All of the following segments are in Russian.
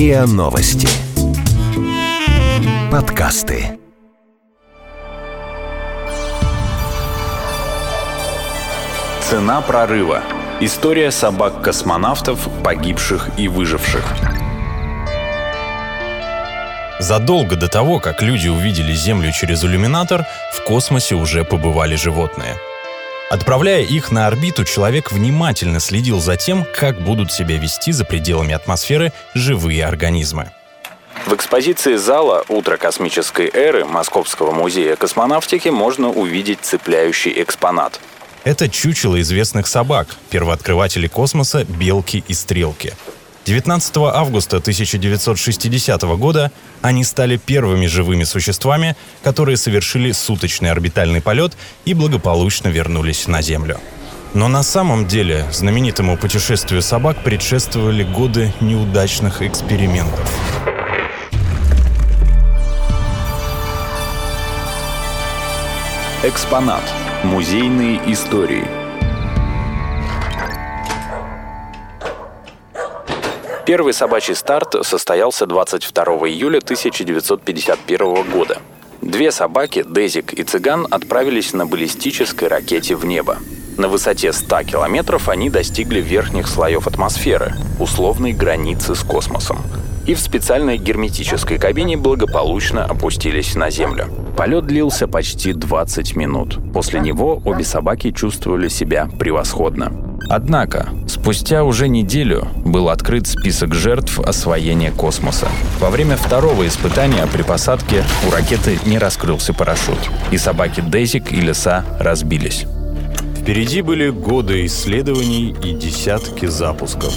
РИА Новости. Подкасты. Цена прорыва. История собак-космонавтов, погибших и выживших. Задолго до того, как люди увидели Землю через иллюминатор, в космосе уже побывали животные. Отправляя их на орбиту, человек внимательно следил за тем, как будут себя вести за пределами атмосферы живые организмы. В экспозиции зала «Утро космической эры» Московского музея космонавтики можно увидеть цепляющий экспонат. Это чучело известных собак, первооткрывателей космоса белки и стрелки. 19 августа 1960 года они стали первыми живыми существами, которые совершили суточный орбитальный полет и благополучно вернулись на Землю. Но на самом деле знаменитому путешествию собак предшествовали годы неудачных экспериментов. Экспонат. Музейные истории. Первый собачий старт состоялся 22 июля 1951 года. Две собаки, Дезик и Цыган, отправились на баллистической ракете в небо. На высоте 100 километров они достигли верхних слоев атмосферы, условной границы с космосом, и в специальной герметической кабине благополучно опустились на Землю. Полет длился почти 20 минут. После него обе собаки чувствовали себя превосходно. Однако, спустя уже неделю был открыт список жертв освоения космоса. Во время второго испытания при посадке у ракеты не раскрылся парашют, и собаки Дезик и Лиса разбились. Впереди были годы исследований и десятки запусков.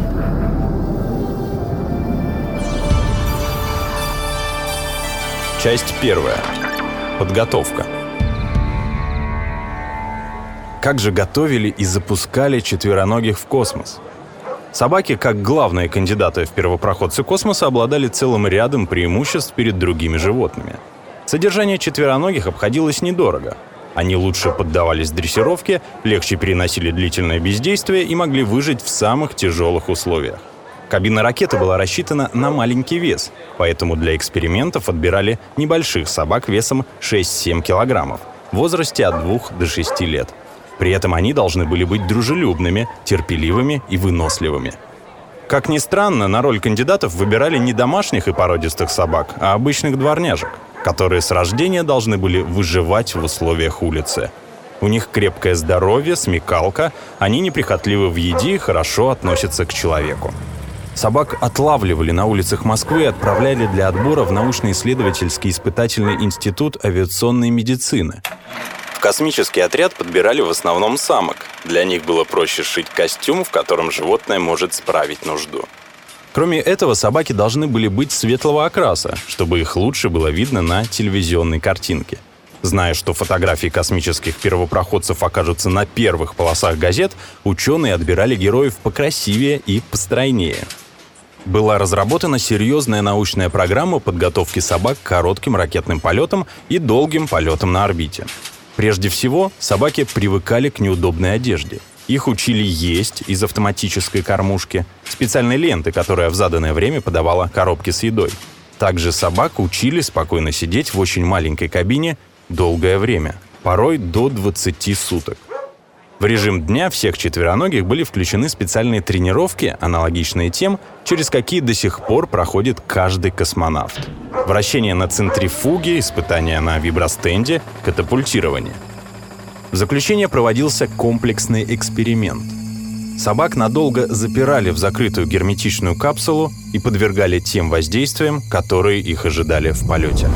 Часть первая. Подготовка. Как же готовили и запускали четвероногих в космос? Собаки, как главные кандидаты в первопроходцы космоса, обладали целым рядом преимуществ перед другими животными. Содержание четвероногих обходилось недорого. Они лучше поддавались дрессировке, легче переносили длительное бездействие и могли выжить в самых тяжелых условиях. Кабина ракеты была рассчитана на маленький вес, поэтому для экспериментов отбирали небольших собак весом 6-7 килограммов в возрасте от 2 до 6 лет. При этом они должны были быть дружелюбными, терпеливыми и выносливыми. Как ни странно, на роль кандидатов выбирали не домашних и породистых собак, а обычных дворняжек, которые с рождения должны были выживать в условиях улицы. У них крепкое здоровье, смекалка, они неприхотливы в еде и хорошо относятся к человеку. Собак отлавливали на улицах Москвы и отправляли для отбора в научно-исследовательский испытательный институт авиационной медицины. В космический отряд подбирали в основном самок. Для них было проще сшить костюм, в котором животное может справить нужду. Кроме этого, собаки должны были быть светлого окраса, чтобы их лучше было видно на телевизионной картинке. Зная, что фотографии космических первопроходцев окажутся на первых полосах газет, ученые отбирали героев покрасивее и постройнее. Была разработана серьезная научная программа подготовки собак к коротким ракетным полетам и долгим полетам на орбите. Прежде всего, собаки привыкали к неудобной одежде. Их учили есть из автоматической кормушки, специальной ленты, которая в заданное время подавала коробки с едой. Также собак учили спокойно сидеть в очень маленькой кабине долгое время, порой до 20 суток. В режим дня всех четвероногих были включены специальные тренировки, аналогичные тем, через какие до сих пор проходит каждый космонавт. Вращение на центрифуге, испытания на вибростенде, катапультирование. В заключение проводился комплексный эксперимент. Собак надолго запирали в закрытую герметичную капсулу и подвергали тем воздействиям, которые их ожидали в полете.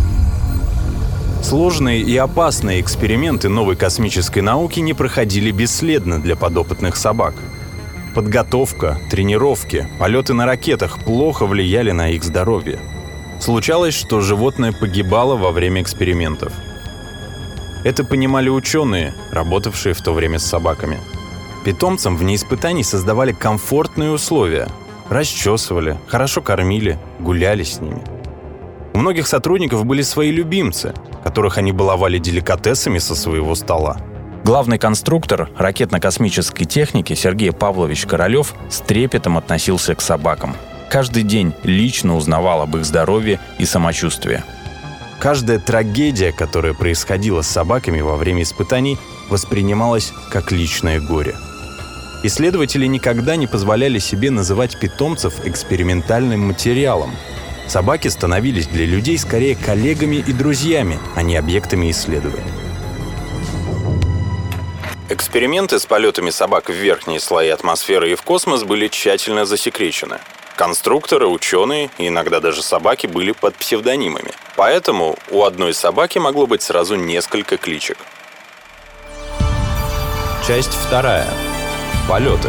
Сложные и опасные эксперименты новой космической науки не проходили бесследно для подопытных собак. Подготовка, тренировки, полеты на ракетах плохо влияли на их здоровье. Случалось, что животное погибало во время экспериментов. Это понимали ученые, работавшие в то время с собаками. Питомцам вне испытаний создавали комфортные условия. Расчесывали, хорошо кормили, гуляли с ними. У многих сотрудников были свои любимцы, которых они баловали деликатесами со своего стола. Главный конструктор ракетно-космической техники Сергей Павлович Королев с трепетом относился к собакам. каждый день лично узнавал об их здоровье и самочувствии. Каждая трагедия, которая происходила с собаками во время испытаний, воспринималась как личное горе. Исследователи никогда не позволяли себе называть питомцев экспериментальным материалом. Собаки становились для людей скорее коллегами и друзьями, а не объектами исследований. Эксперименты с полетами собак в верхние слои атмосферы и в космос были тщательно засекречены. Конструкторы, ученые и иногда даже собаки были под псевдонимами. Поэтому у одной собаки могло быть сразу несколько кличек. Часть 2. Полеты.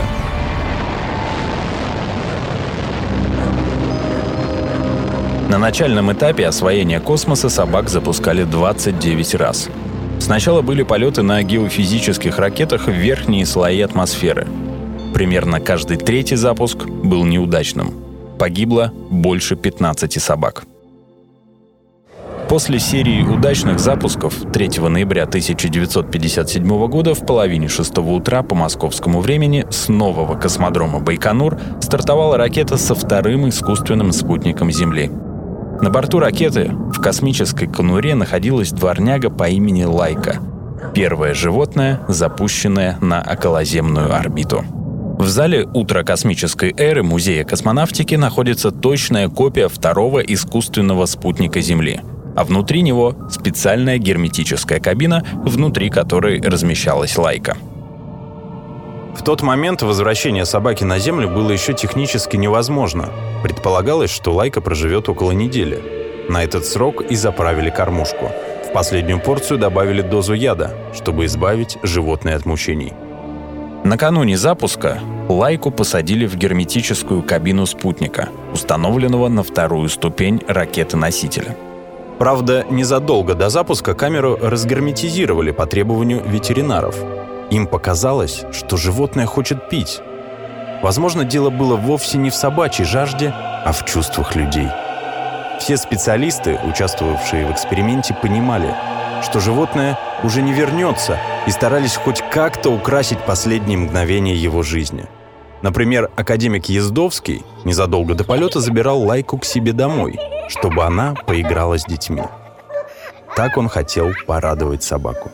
На начальном этапе освоения космоса собак запускали 29 раз. Сначала были полеты на геофизических ракетах в верхние слои атмосферы. Примерно каждый третий запуск был неудачным. Погибло больше 15 собак. После серии удачных запусков 3 ноября 1957 года в половине 6 утра по московскому времени с нового космодрома Байконур стартовала ракета со вторым искусственным спутником Земли. На борту ракеты в космической конуре находилась дворняга по имени Лайка. Первое животное, запущенное на околоземную орбиту. В зале ультракосмической эры Музея космонавтики находится точная копия второго искусственного спутника Земли. А внутри него специальная герметическая кабина, внутри которой размещалась Лайка. В тот момент возвращение собаки на Землю было еще технически невозможно. Предполагалось, что Лайка проживет около недели. На этот срок и заправили кормушку. В последнюю порцию добавили дозу яда, чтобы избавить животное от мучений. Накануне запуска Лайку посадили в герметическую кабину спутника, установленного на вторую ступень ракеты-носителя. Правда, незадолго до запуска камеру разгерметизировали по требованию ветеринаров. Им показалось, что животное хочет пить. Возможно, дело было вовсе не в собачьей жажде, а в чувствах людей. Все специалисты, участвовавшие в эксперименте, понимали, что животное уже не вернется, и старались хоть как-то украсить последние мгновения его жизни. Например, академик Ездовский незадолго до полета забирал Лайку к себе домой, чтобы она поиграла с детьми. Так он хотел порадовать собаку.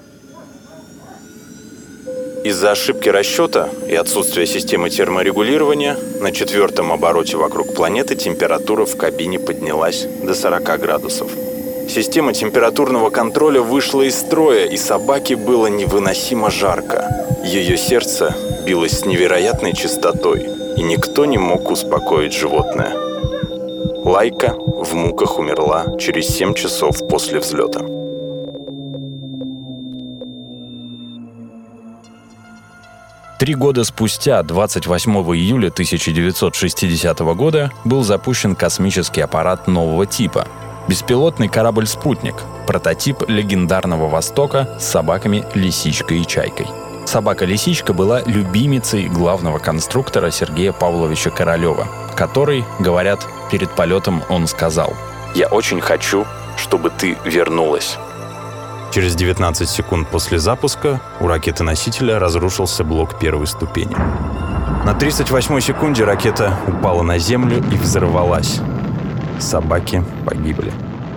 Из-за ошибки расчета и отсутствия системы терморегулирования на 4-м обороте вокруг планеты температура в кабине поднялась до 40 градусов. Система температурного контроля вышла из строя, и собаке было невыносимо жарко. Ее сердце билось с невероятной частотой, и никто не мог успокоить животное. Лайка в муках умерла через 7 часов после взлета. Три года спустя, 28 июля 1960 года, был запущен космический аппарат нового типа – беспилотный корабль-спутник, прототип легендарного Востока с собаками Лисичкой и Чайкой. Собака-лисичка была любимицей главного конструктора Сергея Павловича Королева, который, говорят, перед полетом он сказал: «Я очень хочу, чтобы ты вернулась». Через 19 секунд после запуска у ракеты-носителя разрушился блок первой ступени. На 38-й секунде ракета упала на Землю и взорвалась. Собаки погибли.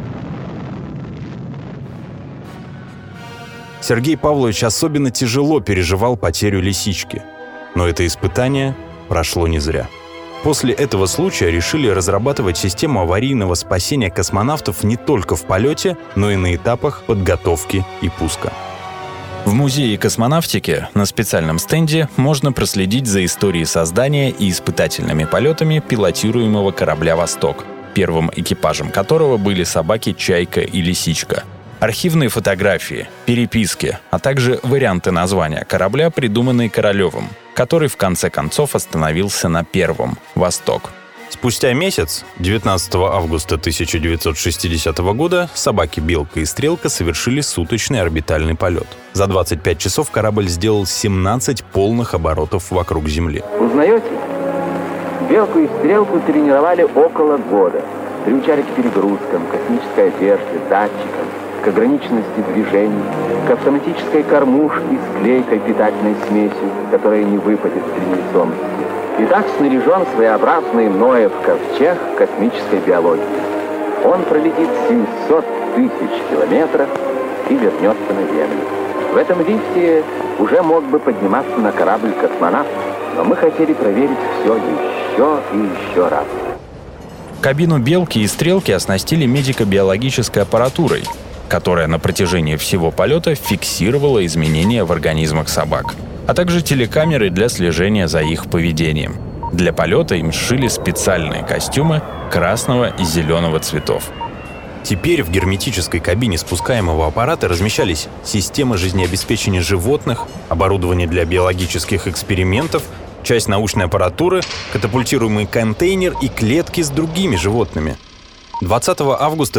Сергей Павлович особенно тяжело переживал потерю лисички. Но это испытание прошло не зря. После этого случая решили разрабатывать систему аварийного спасения космонавтов не только в полете, но и на этапах подготовки и пуска. В Музее космонавтики на специальном стенде можно проследить за историей создания и испытательными полетами пилотируемого корабля «Восток», первым экипажем которого были собаки Чайка и Лисичка. Архивные фотографии, переписки, а также варианты названия корабля, придуманные Королевым, который в конце концов остановился на первом — «Восток». Спустя месяц, 19 августа 1960 года, собаки Белка и Стрелка совершили суточный орбитальный полет. За 25 часов корабль сделал 17 полных оборотов вокруг Земли. Узнаете? Белку и Стрелку тренировали около года. Приучали к перегрузкам, космической одежде, датчикам, к ограниченности движений, к автоматической кормушке с клейкой питательной смесью, которая не выпадет при невесомости. И так снаряжен своеобразный Ноев ковчег космической биологии. Он пролетит 700 тысяч километров и вернется на Землю. В этом лифте уже мог бы подниматься на корабль космонавт, но мы хотели проверить все еще и еще раз. Кабину «Белки» и «Стрелки» оснастили медико-биологической аппаратурой, которая на протяжении всего полета фиксировала изменения в организмах собак, а также телекамеры для слежения за их поведением. Для полета им сшили специальные костюмы красного и зеленого цветов. Теперь в герметической кабине спускаемого аппарата размещались системы жизнеобеспечения животных, оборудование для биологических экспериментов, часть научной аппаратуры, катапультируемый контейнер и клетки с другими животными. 20 августа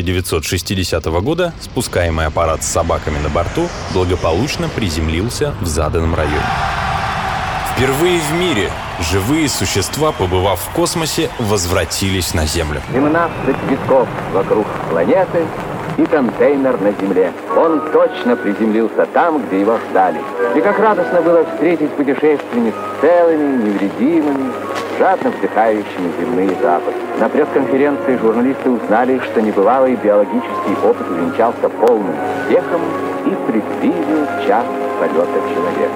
1960 года спускаемый аппарат с собаками на борту благополучно приземлился в заданном районе. Впервые в мире живые существа, побывав в космосе, возвратились на Землю. 17 витков вокруг планеты и контейнер на Земле. Он точно приземлился там, где его ждали. И как радостно было встретить путешественниц целыми, невредимыми, жадно вдыхающими земные запахи. На пресс-конференции журналисты узнали, что небывалый биологический опыт увенчался полным успехом и приблизил час полета человека.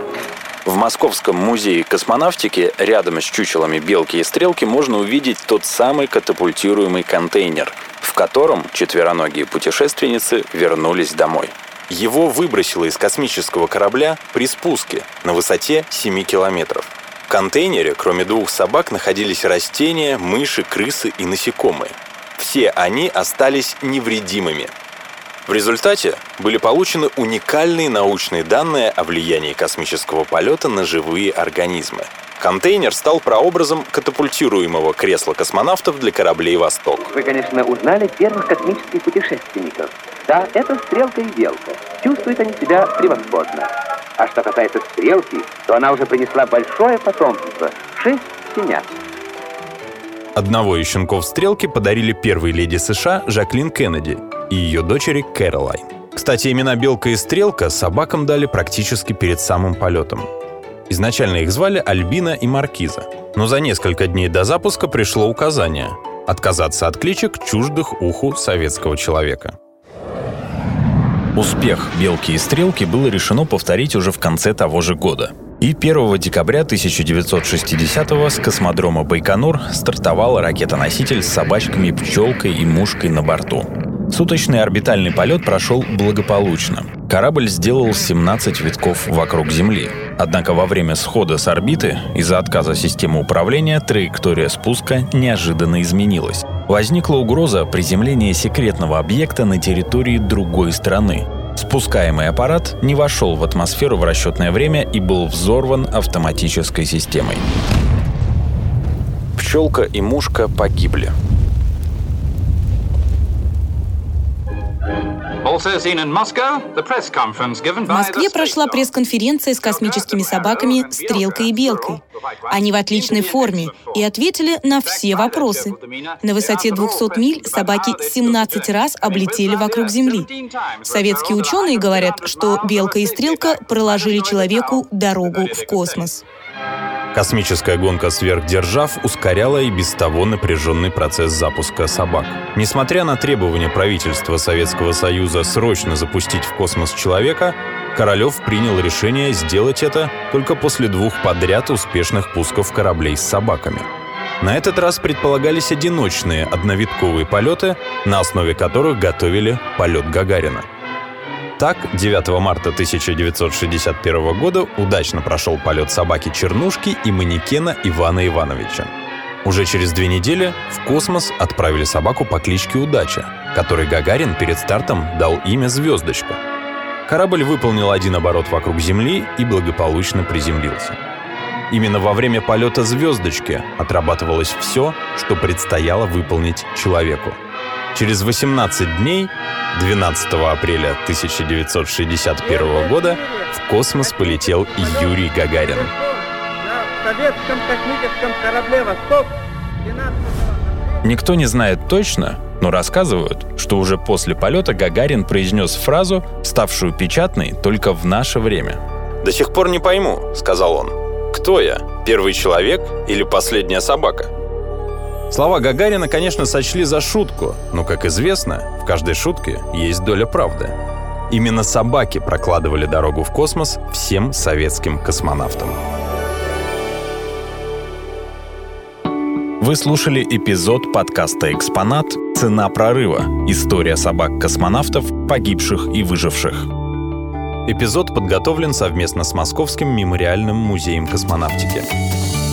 В Московском музее космонавтики рядом с чучелами «Белки» и «Стрелки» можно увидеть тот самый катапультируемый контейнер, в котором четвероногие путешественницы вернулись домой. Его выбросило из космического корабля при спуске на высоте 7 километров. В контейнере, кроме 2 собак, находились растения, мыши, крысы и насекомые. Все они остались невредимыми. В результате были получены уникальные научные данные о влиянии космического полета на живые организмы. Контейнер стал прообразом катапультируемого кресла космонавтов для кораблей «Восток». Вы, конечно, узнали первых космических путешественников. Да, это «Стрелка» и «Белка». Чувствуют они себя превосходно. А что касается «Стрелки», то она уже принесла большое потомство – 6 щенят. Одного из щенков «Стрелки» подарили первой леди США Жаклин Кеннеди и ее дочери Кэролайн. Кстати, имена «Белка» и «Стрелка» собакам дали практически перед самым полетом. Изначально их звали Альбина и Маркиза, но за несколько дней до запуска пришло указание отказаться от кличек, чуждых уху советского человека. Успех «Белки» и «Стрелки» было решено повторить уже в конце того же года. И 1 декабря 1960-го с космодрома Байконур стартовала ракета-носитель с собачками «Пчелкой» и «Мушкой» на борту. Суточный орбитальный полет прошел благополучно. Корабль сделал 17 витков вокруг Земли. Однако во время схода с орбиты из-за отказа системы управления траектория спуска неожиданно изменилась. Возникла угроза приземления секретного объекта на территории другой страны. Спускаемый аппарат не вошел в атмосферу в расчетное время и был взорван автоматической системой. Пчелка и мушка погибли. В Москве прошла пресс-конференция с космическими собаками «Стрелкой» и «Белкой». Они в отличной форме и ответили на все вопросы. На высоте 200 миль собаки 17 раз облетели вокруг Земли. Советские ученые говорят, что «Белка» и «Стрелка» проложили человеку дорогу в космос. Космическая гонка сверхдержав ускоряла и без того напряженный процесс запуска собак. Несмотря на требования правительства Советского Союза срочно запустить в космос человека, Королев принял решение сделать это только после 2 подряд успешных пусков кораблей с собаками. На этот раз предполагались одиночные одновитковые полеты, на основе которых готовили полет Гагарина. Так, 9 марта 1961 года удачно прошел полет собаки Чернушки и манекена Ивана Ивановича. Уже через 2 недели в космос отправили собаку по кличке Удача, которой Гагарин перед стартом дал имя Звездочка. Корабль выполнил 1 оборот вокруг Земли и благополучно приземлился. Именно во время полета Звездочки отрабатывалось все, что предстояло выполнить человеку. Через 18 дней, 12 апреля 1961 года, в космос полетел Юрий Гагарин. На советском космическом корабле «Восток» 12... Никто не знает точно, но рассказывают, что уже после полета Гагарин произнес фразу, ставшую печатной только в наше время. «До сих пор не пойму», — сказал он, — «кто я? Первый человек или последняя собака? Слова Гагарина, конечно, сочли за шутку, но, как известно, в каждой шутке есть доля правды. Именно собаки прокладывали дорогу в космос всем советским космонавтам. Вы слушали эпизод подкаста «Экспонат. Цена прорыва. История собак-космонавтов, погибших и выживших». Эпизод подготовлен совместно с Московским мемориальным музеем космонавтики.